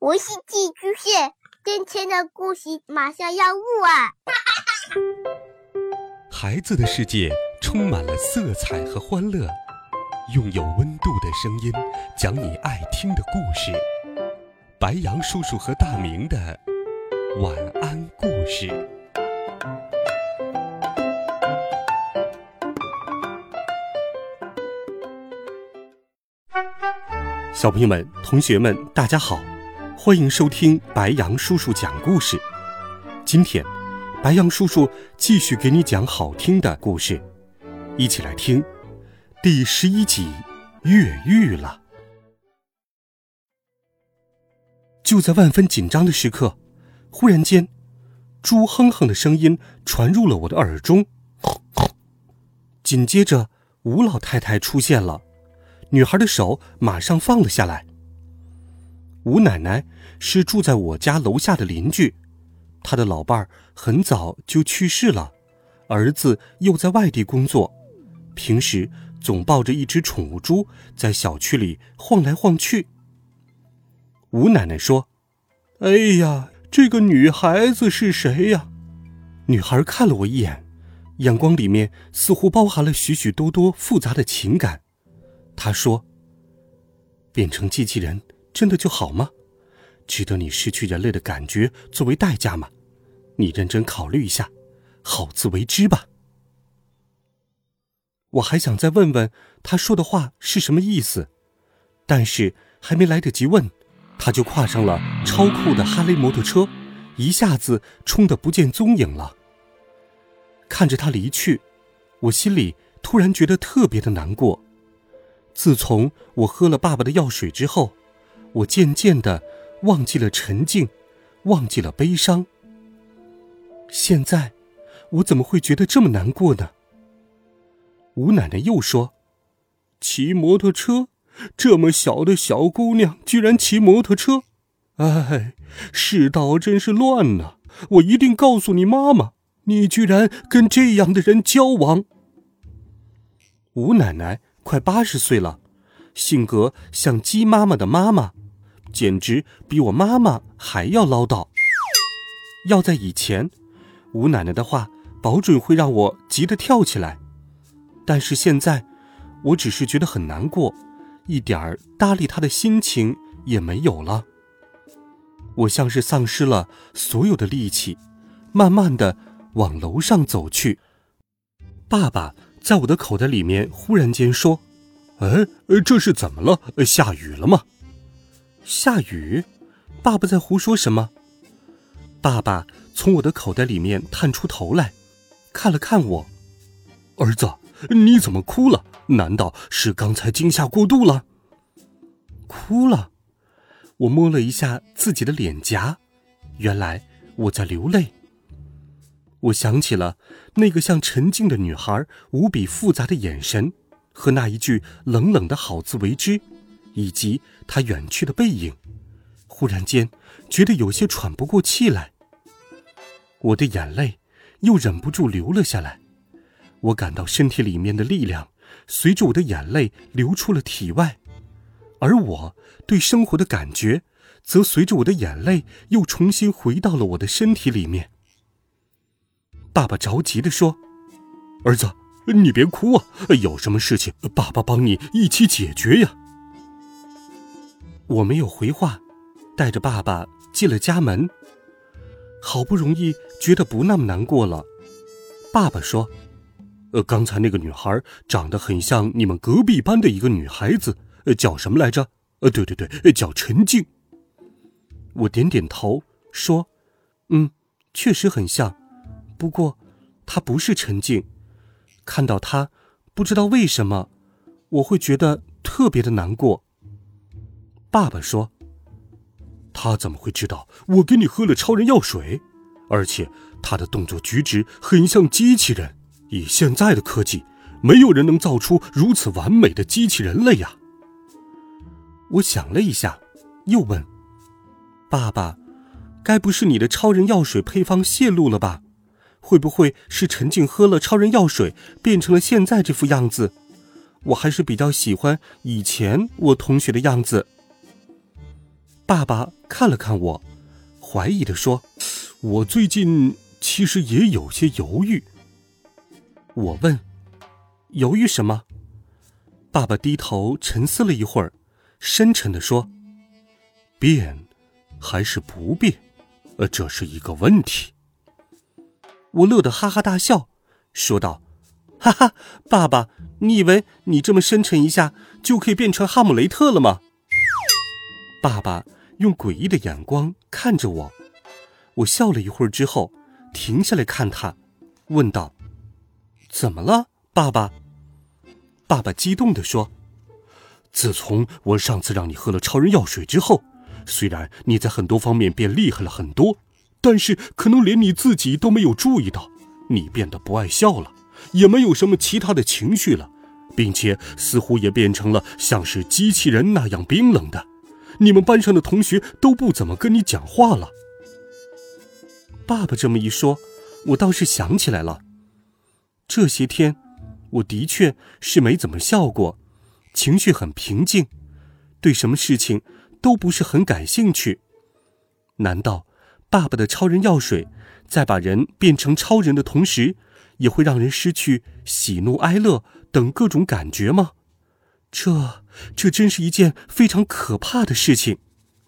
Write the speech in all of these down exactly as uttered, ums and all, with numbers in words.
我是寄居蟹，今天的故事马上要录啊！ 孩子的世界充满了色彩和欢乐，用有温度的声音讲你爱听的故事。白杨叔叔和大明的晚安故事。小朋友们、同学们，大家好，欢迎收听白杨叔叔讲故事。今天，白杨叔叔继续给你讲好听的故事，一起来听第十一集《越狱了》。就在万分紧张的时刻，忽然间，猪哼哼的声音传入了我的耳中。紧接着，吴老太太出现了。女孩的手马上放了下来。吴奶奶是住在我家楼下的邻居，她的老伴儿很早就去世了，儿子又在外地工作，平时总抱着一只宠物猪在小区里晃来晃去。吴奶奶说：“哎呀，这个女孩子是谁呀？”女孩看了我一眼，眼光里面似乎包含了许许多多复杂的情感。他说：“变成机器人真的就好吗？值得你失去人类的感觉作为代价吗？你认真考虑一下，好自为之吧。”我还想再问问他说的话是什么意思，但是还没来得及问，他就跨上了超酷的哈雷摩托车，一下子冲得不见踪影了。看着他离去，我心里突然觉得特别的难过。自从我喝了爸爸的药水之后，我渐渐地忘记了沉静，忘记了悲伤。现在我怎么会觉得这么难过呢？吴奶奶又说：“骑摩托车，这么小的小姑娘居然骑摩托车，哎，世道真是乱啊！我一定告诉你妈妈，你居然跟这样的人交往。”吴奶奶快八十岁了，性格像鸡妈妈的妈妈，简直比我妈妈还要唠叨。要在以前，吴奶奶的话保准会让我急得跳起来，但是现在，我只是觉得很难过，一点儿搭理她的心情也没有了。我像是丧失了所有的力气，慢慢地往楼上走去。爸爸在我的口袋里面忽然间说：“哎，这是怎么了？下雨了吗？”下雨？爸爸在胡说什么？爸爸从我的口袋里面探出头来，看了看我：“儿子，你怎么哭了？难道是刚才惊吓过度了？”哭了？我摸了一下自己的脸颊，原来我在流泪。我想起了那个像沉静的女孩无比复杂的眼神，和那一句冷冷的好自为之，以及她远去的背影，忽然间觉得有些喘不过气来。我的眼泪又忍不住流了下来，我感到身体里面的力量随着我的眼泪流出了体外，而我对生活的感觉则随着我的眼泪又重新回到了我的身体里面。爸爸着急地说：“儿子，你别哭啊，有什么事情爸爸帮你一起解决呀。”我没有回话，带着爸爸进了家门。好不容易觉得不那么难过了，爸爸说：“呃，刚才那个女孩长得很像你们隔壁班的一个女孩子，呃，叫什么来着？呃，对对对，叫陈静。”我点点头说：“嗯，确实很像。不过，她不是陈静。看到她，不知道为什么，我会觉得特别的难过。”爸爸说：“她怎么会知道我给你喝了超人药水？而且她的动作举止很像机器人。以现在的科技，没有人能造出如此完美的机器人类呀。”我想了一下，又问：“爸爸，该不是你的超人药水配方泄露了吧？会不会是陈静喝了超人药水，变成了现在这副样子？我还是比较喜欢以前我同学的样子。” 爸爸看了看我，怀疑地说：“我最近其实也有些犹豫。”我问：“犹豫什么？”爸爸低头沉思了一会儿，深沉地说：“变还是不变，呃，这是一个问题。”我乐得哈哈大笑，说道：“哈哈，爸爸，你以为你这么深沉一下就可以变成哈姆雷特了吗？”爸爸用诡异的眼光看着我，我笑了一会儿之后，停下来看他，问道：“怎么了，爸爸？”爸爸激动地说：“自从我上次让你喝了超人药水之后，虽然你在很多方面变厉害了很多，但是可能连你自己都没有注意到，你变得不爱笑了，也没有什么其他的情绪了，并且似乎也变成了像是机器人那样冰冷的。你们班上的同学都不怎么跟你讲话了。”爸爸这么一说，我倒是想起来了，这些天我的确是没怎么笑过，情绪很平静，对什么事情都不是很感兴趣。难道爸爸的超人药水在把人变成超人的同时，也会让人失去喜怒哀乐等各种感觉吗？这这真是一件非常可怕的事情。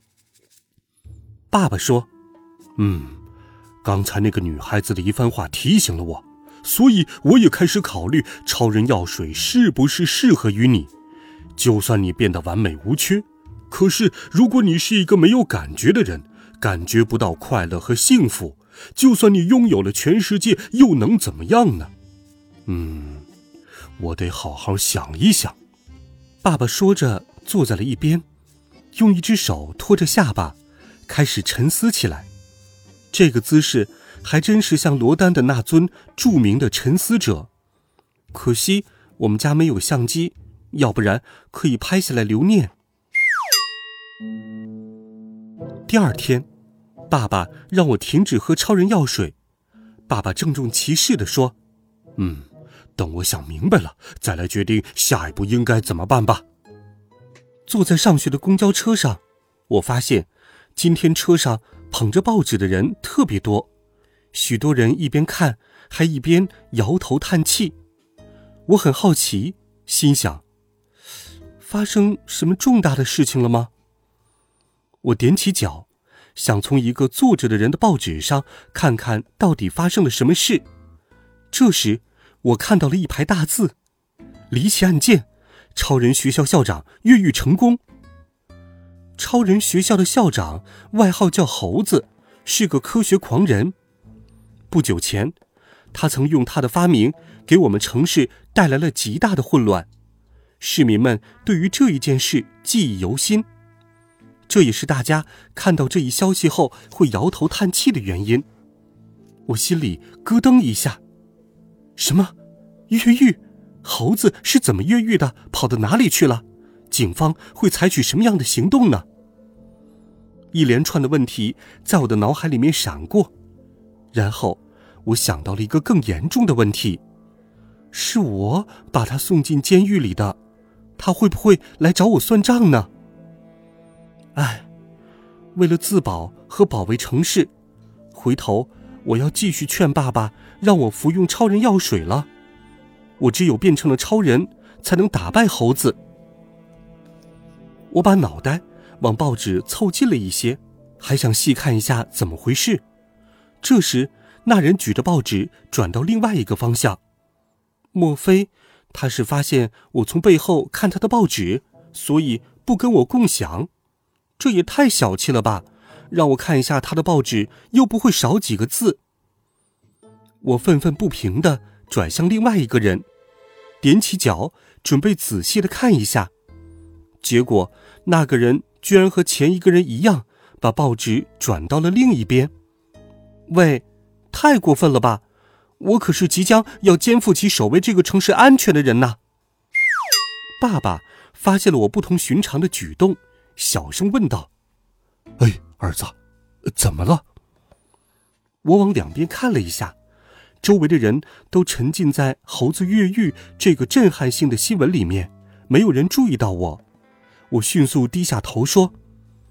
爸爸说：“嗯，刚才那个女孩子的一番话提醒了我，所以我也开始考虑超人药水是不是适合于你。就算你变得完美无缺，可是如果你是一个没有感觉的人，感觉不到快乐和幸福，就算你拥有了全世界，又能怎么样呢？嗯，我得好好想一想。”爸爸说着坐在了一边，用一只手托着下巴，开始沉思起来。这个姿势还真是像罗丹的那尊著名的沉思者。可惜我们家没有相机，要不然可以拍下来留念。第二天，爸爸让我停止喝超人药水。爸爸郑重其事地说：“嗯，等我想明白了，再来决定下一步应该怎么办吧。”坐在上学的公交车上，我发现今天车上捧着报纸的人特别多，许多人一边看还一边摇头叹气。我很好奇，心想：发生什么重大的事情了吗？我踮起脚，想从一个坐着的人的报纸上看看到底发生了什么事。这时我看到了一排大字：离奇案件，超人学校校长越狱成功。超人学校的校长外号叫猴子，是个科学狂人。不久前，他曾用他的发明给我们城市带来了极大的混乱，市民们对于这一件事记忆犹新。这也是大家看到这一消息后会摇头叹气的原因。我心里咯噔一下，什么？越狱？猴子是怎么越狱的？跑到哪里去了？警方会采取什么样的行动呢？一连串的问题在我的脑海里面闪过，然后我想到了一个更严重的问题：是我把他送进监狱里的，他会不会来找我算账呢？唉，为了自保和保卫城市，回头我要继续劝爸爸让我服用超人药水了。我只有变成了超人，才能打败猴子。我把脑袋往报纸凑近了一些，还想细看一下怎么回事。这时，那人举着报纸转到另外一个方向。莫非他是发现我从背后看他的报纸，所以不跟我共享？这也太小气了吧，让我看一下他的报纸又不会少几个字。我愤愤不平地转向另外一个人，踮起脚准备仔细地看一下，结果那个人居然和前一个人一样，把报纸转到了另一边。喂，太过分了吧，我可是即将要肩负起守卫这个城市安全的人呐！爸爸发现了我不同寻常的举动，小声问道：哎，儿子，怎么了？我往两边看了一下，周围的人都沉浸在猴子越狱这个震撼性的新闻里面，没有人注意到我。我迅速低下头说：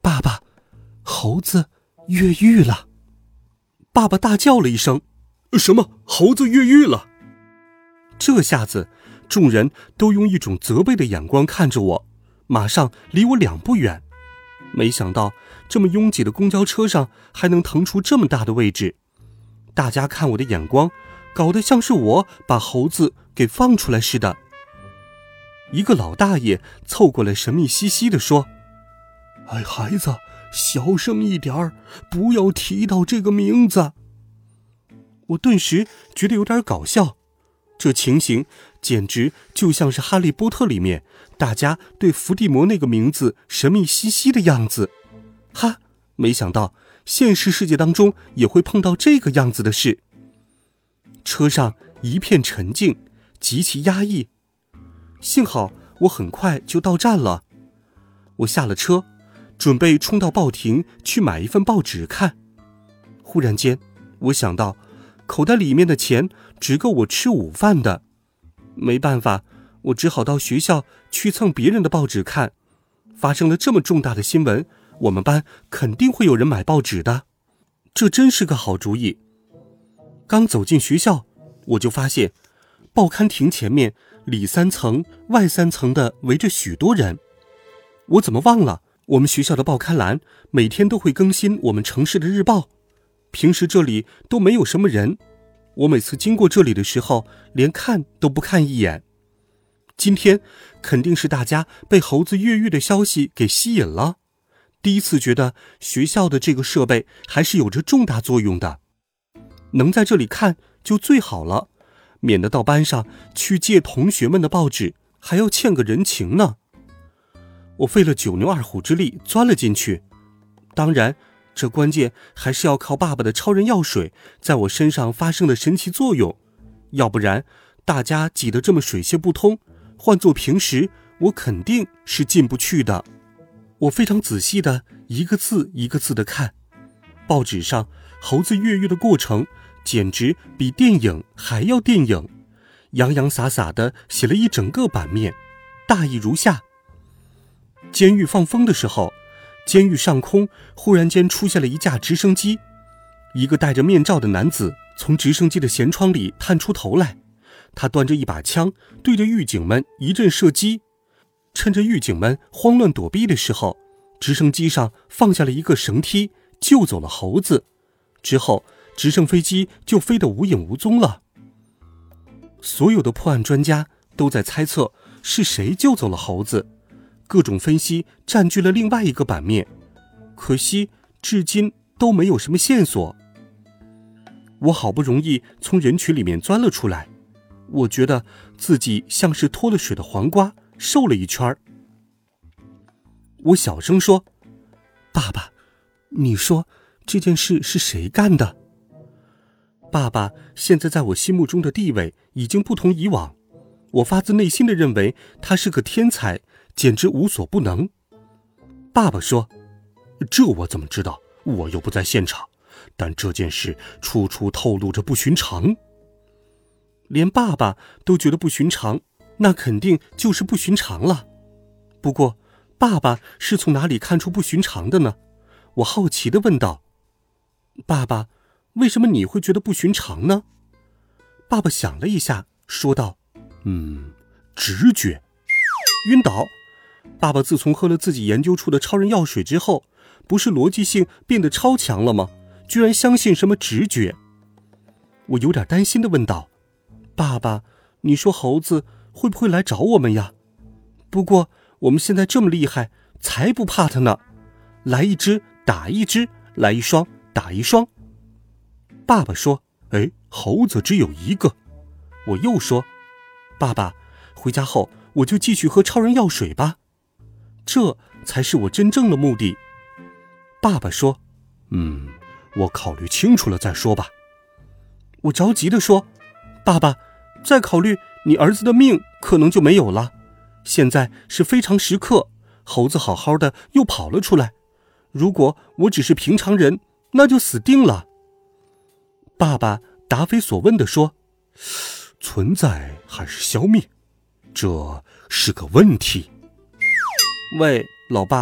爸爸，猴子越狱了！爸爸大叫了一声：“什么？猴子越狱了？”这下子，众人都用一种责备的眼光看着我，马上离我两步远。没想到这么拥挤的公交车上还能腾出这么大的位置，大家看我的眼光搞得像是我把猴子给放出来似的。一个老大爷凑过来神秘兮兮地说：“哎，孩子，小声一点儿，不要提到这个名字。”我顿时觉得有点搞笑，这情形简直就像是《哈利波特》里面大家对伏地魔那个名字神秘兮兮的样子。哈，没想到现实世界当中也会碰到这个样子的事。车上一片沉静，极其压抑。幸好我很快就到站了。我下了车，准备冲到报亭去买一份报纸看。忽然间，我想到口袋里面的钱只够我吃午饭的，没办法，我只好到学校去蹭别人的报纸看。发生了这么重大的新闻，我们班肯定会有人买报纸的，这真是个好主意。刚走进学校，我就发现报刊亭前面里三层外三层的围着许多人。我怎么忘了，我们学校的报刊栏每天都会更新我们城市的日报，平时这里都没有什么人，我每次经过这里的时候连看都不看一眼。今天肯定是大家被猴子越狱的消息给吸引了，第一次觉得学校的这个设备还是有着重大作用的，能在这里看就最好了，免得到班上去借同学们的报纸还要欠个人情呢。我费了九牛二虎之力钻了进去，当然这关键还是要靠爸爸的超人药水在我身上发生的神奇作用，要不然大家挤得这么水泄不通，换做平时我肯定是进不去的。我非常仔细的一个字一个字的看，报纸上猴子越狱的过程简直比电影还要电影，洋洋洒洒的写了一整个版面，大意如下：监狱放风的时候，监狱上空忽然间出现了一架直升机，一个戴着面罩的男子从直升机的舷窗里探出头来，他端着一把枪对着狱警们一阵射击，趁着狱警们慌乱躲避的时候，直升机上放下了一个绳梯，救走了猴子。之后直升飞机就飞得无影无踪了。所有的破案专家都在猜测是谁救走了猴子，各种分析占据了另外一个版面，可惜至今都没有什么线索。我好不容易从人群里面钻了出来，我觉得自己像是脱了水的黄瓜，瘦了一圈。我小声说：“爸爸，你说这件事是谁干的？”爸爸现在在我心目中的地位已经不同以往，我发自内心的认为他是个天才，简直无所不能。爸爸说：“这我怎么知道？我又不在现场。但这件事处处透露着不寻常。”连爸爸都觉得不寻常，那肯定就是不寻常了。不过爸爸是从哪里看出不寻常的呢？我好奇地问道：“爸爸，为什么你会觉得不寻常呢？”爸爸想了一下，说道：“嗯，直觉。”晕倒。爸爸自从喝了自己研究出的超人药水之后，不是逻辑性变得超强了吗？居然相信什么直觉。我有点担心地问道：“爸爸，你说猴子会不会来找我们呀？不过我们现在这么厉害，才不怕他呢。来一只打一只，来一双打一双。”爸爸说：“哎，猴子只有一个。”我又说：“爸爸，回家后我就继续喝超人药水吧，这才是我真正的目的。”爸爸说：“嗯，我考虑清楚了再说吧。”我着急地说：“爸爸，再考虑，你儿子的命可能就没有了。现在是非常时刻，猴子好好的又跑了出来，如果我只是平常人，那就死定了。”爸爸答非所问地说：“存在还是消灭，这是个问题。”喂，老爸，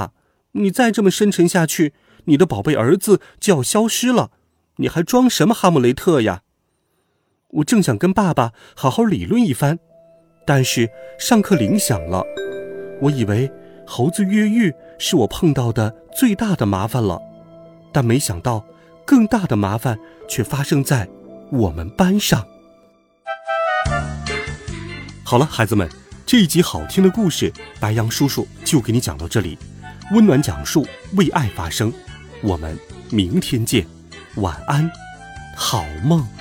你再这么深沉下去，你的宝贝儿子就要消失了，你还装什么哈姆雷特呀？我正想跟爸爸好好理论一番，但是上课铃响了。我以为猴子越狱是我碰到的最大的麻烦了，但没想到更大的麻烦却发生在我们班上。好了，孩子们，这一集好听的故事，白羊叔叔就给你讲到这里。温暖讲述，为爱发声，我们明天见，晚安，好梦。